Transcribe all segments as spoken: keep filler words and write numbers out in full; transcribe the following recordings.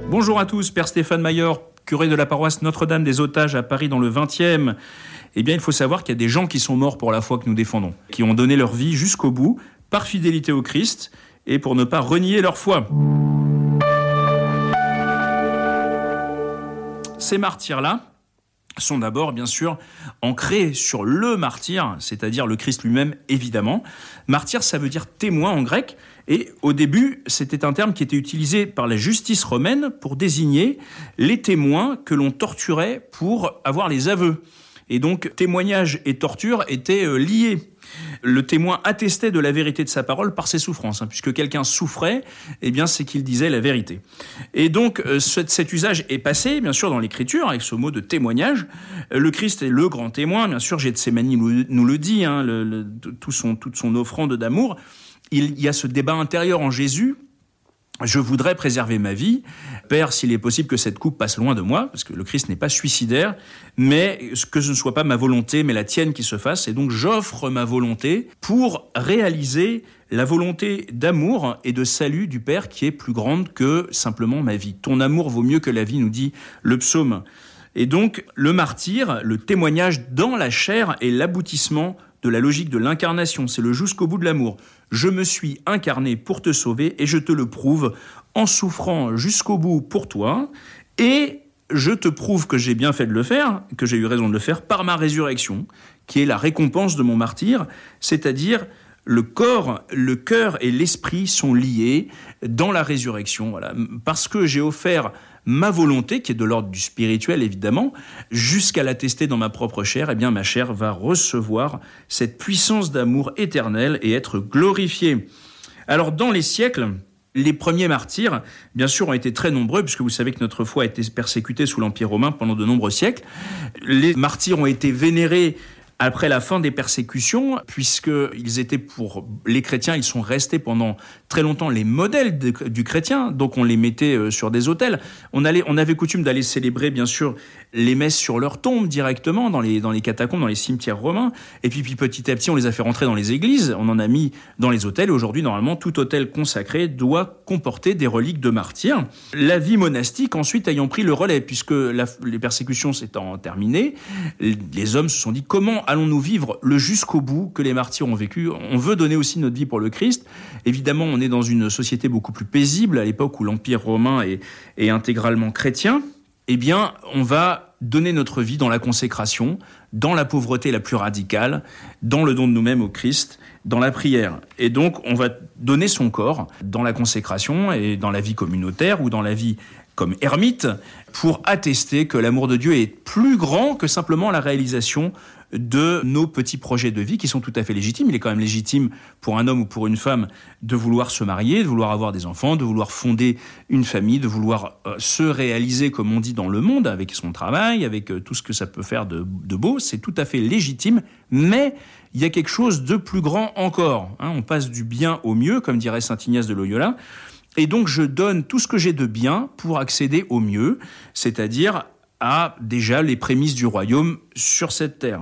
Bonjour à tous, Père Stéphane Maillard, curé de la paroisse Notre-Dame des Otages à Paris dans le vingtième. Eh bien, il faut savoir qu'il y a des gens qui sont morts pour la foi que nous défendons, qui ont donné leur vie jusqu'au bout, par fidélité au Christ, et pour ne pas renier leur foi. Ces martyrs-là sont d'abord, bien sûr, ancrés sur le martyr, c'est-à-dire le Christ lui-même, évidemment. Martyr, ça veut dire témoin en grec, et au début, c'était un terme qui était utilisé par la justice romaine pour désigner les témoins que l'on torturait pour avoir les aveux. Et donc, témoignage et torture étaient euh, liés. Le témoin attestait de la vérité de sa parole par ses souffrances, hein, puisque quelqu'un souffrait, eh bien, c'est qu'il disait la vérité. Et donc, euh, cet, cet usage est passé, bien sûr, dans l'Écriture, avec ce mot de témoignage. Euh, le Christ est le grand témoin, bien sûr, Gethsémani nous, nous le dit, hein, le, le, tout son, toute son offrande d'amour. Il y a ce débat intérieur en Jésus. Je voudrais préserver ma vie. Père, s'il est possible que cette coupe passe loin de moi, parce que le Christ n'est pas suicidaire, mais que ce ne soit pas ma volonté, mais la tienne qui se fasse. Et donc, j'offre ma volonté pour réaliser la volonté d'amour et de salut du Père qui est plus grande que simplement ma vie. Ton amour vaut mieux que la vie, nous dit le psaume. Et donc, le martyr, le témoignage dans la chair est l'aboutissement de la logique de l'incarnation. C'est le jusqu'au bout de l'amour. Je me suis incarné pour te sauver et je te le prouve en souffrant jusqu'au bout pour toi. Et je te prouve que j'ai bien fait de le faire, que j'ai eu raison de le faire par ma résurrection, qui est la récompense de mon martyr, c'est-à-dire le corps, le cœur et l'esprit sont liés dans la résurrection. Voilà. Parce que j'ai offert ma volonté, qui est de l'ordre du spirituel évidemment, jusqu'à l'attester dans ma propre chair, eh bien ma chair va recevoir cette puissance d'amour éternel et être glorifiée. Alors dans les siècles, les premiers martyrs, bien sûr, ont été très nombreux, puisque vous savez que notre foi a été persécutée sous l'Empire romain pendant de nombreux siècles. Les martyrs ont été vénérés après la fin des persécutions, puisqu'ils étaient pour les chrétiens, ils sont restés pendant très longtemps les modèles de, du chrétien, donc on les mettait sur des autels. On, allait, on avait coutume d'aller célébrer, bien sûr, les messes sur leur tombe directement, dans les, dans les catacombes, dans les cimetières romains, et puis, puis petit à petit, on les a fait rentrer dans les églises, on en a mis dans les autels, et aujourd'hui, normalement, tout autel consacré doit comporter des reliques de martyrs. La vie monastique, ensuite, ayant pris le relais, puisque la, les persécutions s'étant terminées, les hommes se sont dit, comment allons-nous vivre le jusqu'au bout que les martyrs ont vécu? On veut donner aussi notre vie pour le Christ. Évidemment, on est dans une société beaucoup plus paisible, à l'époque où l'Empire romain est, est intégralement chrétien. Eh bien, on va donner notre vie dans la consécration, dans la pauvreté la plus radicale, dans le don de nous-mêmes au Christ, dans la prière. Et donc, on va donner son corps dans la consécration et dans la vie communautaire ou dans la vie comme ermite, pour attester que l'amour de Dieu est plus grand que simplement la réalisation de nos petits projets de vie qui sont tout à fait légitimes. Il est quand même légitime pour un homme ou pour une femme de vouloir se marier, de vouloir avoir des enfants, de vouloir fonder une famille, de vouloir euh, se réaliser, comme on dit, dans le monde, avec son travail, avec euh, tout ce que ça peut faire de, de beau. C'est tout à fait légitime, mais il y a quelque chose de plus grand encore. Hein, on passe du bien au mieux, comme dirait saint Ignace de Loyola. Et donc, je donne tout ce que j'ai de bien pour accéder au mieux, c'est-à-dire à déjà les prémices du royaume sur cette terre.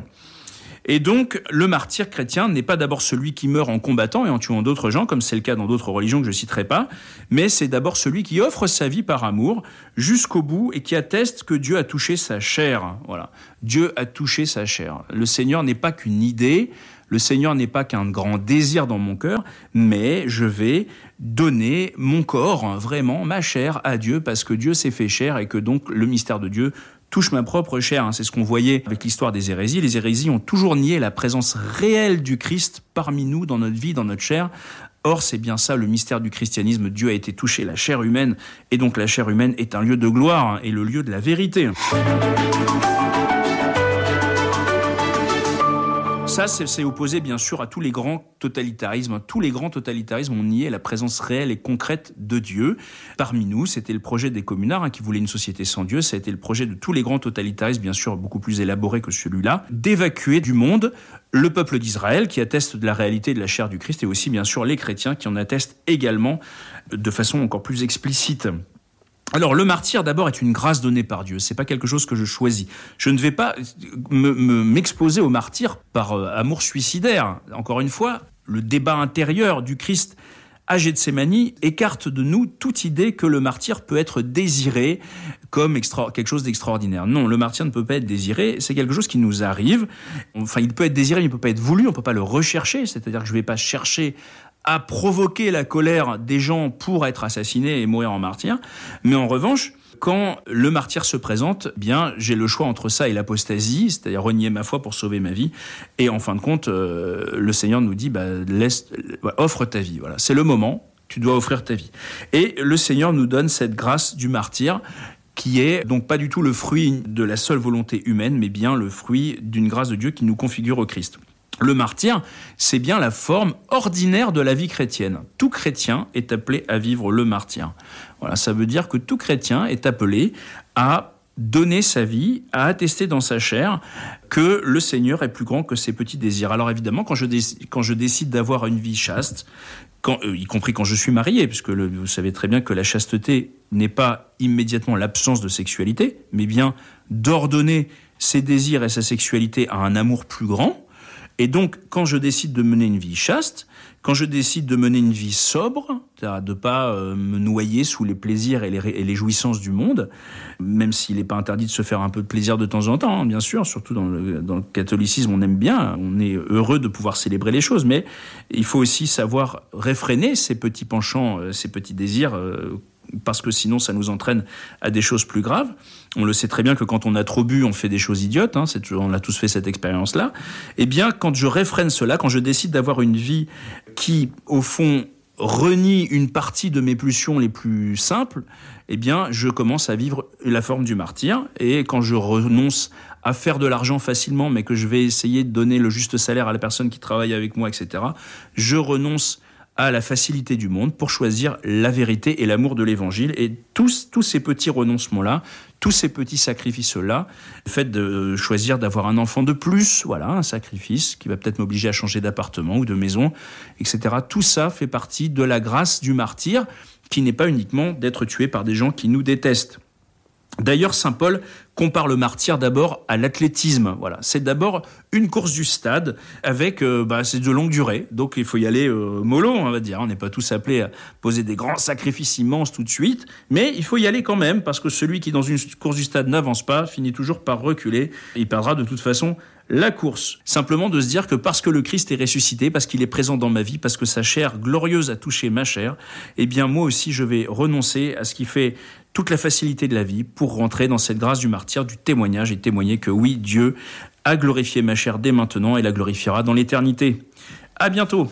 Et donc, le martyr chrétien n'est pas d'abord celui qui meurt en combattant et en tuant d'autres gens, comme c'est le cas dans d'autres religions que je ne citerai pas, mais c'est d'abord celui qui offre sa vie par amour jusqu'au bout et qui atteste que Dieu a touché sa chair. Voilà. Dieu a touché sa chair. Le Seigneur n'est pas qu'une idée, le Seigneur n'est pas qu'un grand désir dans mon cœur, mais je vais donner mon corps, vraiment, ma chair à Dieu, parce que Dieu s'est fait chair et que donc le mystère de Dieu touche ma propre chair. C'est ce qu'on voyait avec l'histoire des hérésies. Les hérésies ont toujours nié la présence réelle du Christ parmi nous, dans notre vie, dans notre chair. Or, c'est bien ça le mystère du christianisme. Dieu a été touché, la chair humaine, et donc la chair humaine est un lieu de gloire et le lieu de la vérité. Ça, c'est, c'est opposé bien sûr à tous les grands totalitarismes. Tous les grands totalitarismes ont nié la présence réelle et concrète de Dieu. Parmi nous, c'était le projet des communards hein, qui voulaient une société sans Dieu. Ça a été le projet de tous les grands totalitarismes, bien sûr beaucoup plus élaboré que celui-là, d'évacuer du monde le peuple d'Israël qui atteste de la réalité de la chair du Christ et aussi bien sûr les chrétiens qui en attestent également de façon encore plus explicite. Alors, le martyr, d'abord, est une grâce donnée par Dieu. C'est pas quelque chose que je choisis. Je ne vais pas me, me, m'exposer au martyr par euh, amour suicidaire. Encore une fois, le débat intérieur du Christ à Gethsémani écarte de nous toute idée que le martyr peut être désiré comme extra- quelque chose d'extraordinaire. Non, le martyr ne peut pas être désiré, c'est quelque chose qui nous arrive. Enfin, il peut être désiré, mais il ne peut pas être voulu, on ne peut pas le rechercher, c'est-à-dire que je ne vais pas chercher à provoquer la colère des gens pour être assassiné et mourir en martyr. Mais en revanche, quand le martyr se présente, eh bien, j'ai le choix entre ça et l'apostasie, c'est-à-dire renier ma foi pour sauver ma vie. Et en fin de compte, euh, le Seigneur nous dit, bah, laisse, offre ta vie. Voilà, c'est le moment, tu dois offrir ta vie. Et le Seigneur nous donne cette grâce du martyr, qui est donc pas du tout le fruit de la seule volonté humaine, mais bien le fruit d'une grâce de Dieu qui nous configure au Christ. Le martyr, c'est bien la forme ordinaire de la vie chrétienne. Tout chrétien est appelé à vivre le martyr. Voilà, ça veut dire que tout chrétien est appelé à donner sa vie, à attester dans sa chair que le Seigneur est plus grand que ses petits désirs. Alors évidemment, quand je, décide, quand je décide d'avoir une vie chaste, quand, euh, y compris quand je suis marié, puisque le, vous savez très bien que la chasteté n'est pas immédiatement l'absence de sexualité, mais bien d'ordonner ses désirs et sa sexualité à un amour plus grand. Et donc, quand je décide de mener une vie chaste, quand je décide de mener une vie sobre, c'est-à-dire de ne pas euh, me noyer sous les plaisirs et les, et les jouissances du monde, même s'il n'est pas interdit de se faire un peu de plaisir de temps en temps, hein, bien sûr, surtout dans le, dans le catholicisme, on aime bien, on est heureux de pouvoir célébrer les choses, mais il faut aussi savoir réfréner ces petits penchants, euh, ces petits désirs, euh, parce que sinon ça nous entraîne à des choses plus graves. On le sait très bien que quand on a trop bu, on fait des choses idiotes, hein, c'est, on a tous fait cette expérience-là. Eh bien, quand je réfrène cela, quand je décide d'avoir une vie qui, au fond, renie une partie de mes pulsions les plus simples, eh bien, je commence à vivre la forme du martyr. Et quand je renonce à faire de l'argent facilement, mais que je vais essayer de donner le juste salaire à la personne qui travaille avec moi, et cetera, je renonce à la facilité du monde pour choisir la vérité et l'amour de l'évangile. Et tous, tous ces petits renoncements-là, tous ces petits sacrifices-là, le fait de choisir d'avoir un enfant de plus, voilà, un sacrifice qui va peut-être m'obliger à changer d'appartement ou de maison, et cetera. Tout ça fait partie de la grâce du martyr, qui n'est pas uniquement d'être tué par des gens qui nous détestent. D'ailleurs, saint Paul compare le martyr d'abord à l'athlétisme. Voilà, c'est d'abord une course du stade avec, euh, bah, c'est de longue durée, donc il faut y aller euh, mollo, on va dire. On n'est pas tous appelés à poser des grands sacrifices immenses tout de suite, mais il faut y aller quand même, parce que celui qui dans une course du stade n'avance pas finit toujours par reculer. Il perdra de toute façon la course. Simplement de se dire que parce que le Christ est ressuscité, parce qu'il est présent dans ma vie, parce que sa chair glorieuse a touché ma chair, eh bien moi aussi je vais renoncer à ce qui fait toute la facilité de la vie pour rentrer dans cette grâce du martyr, du témoignage, et témoigner que oui, Dieu a glorifié ma chair dès maintenant et la glorifiera dans l'éternité. À bientôt.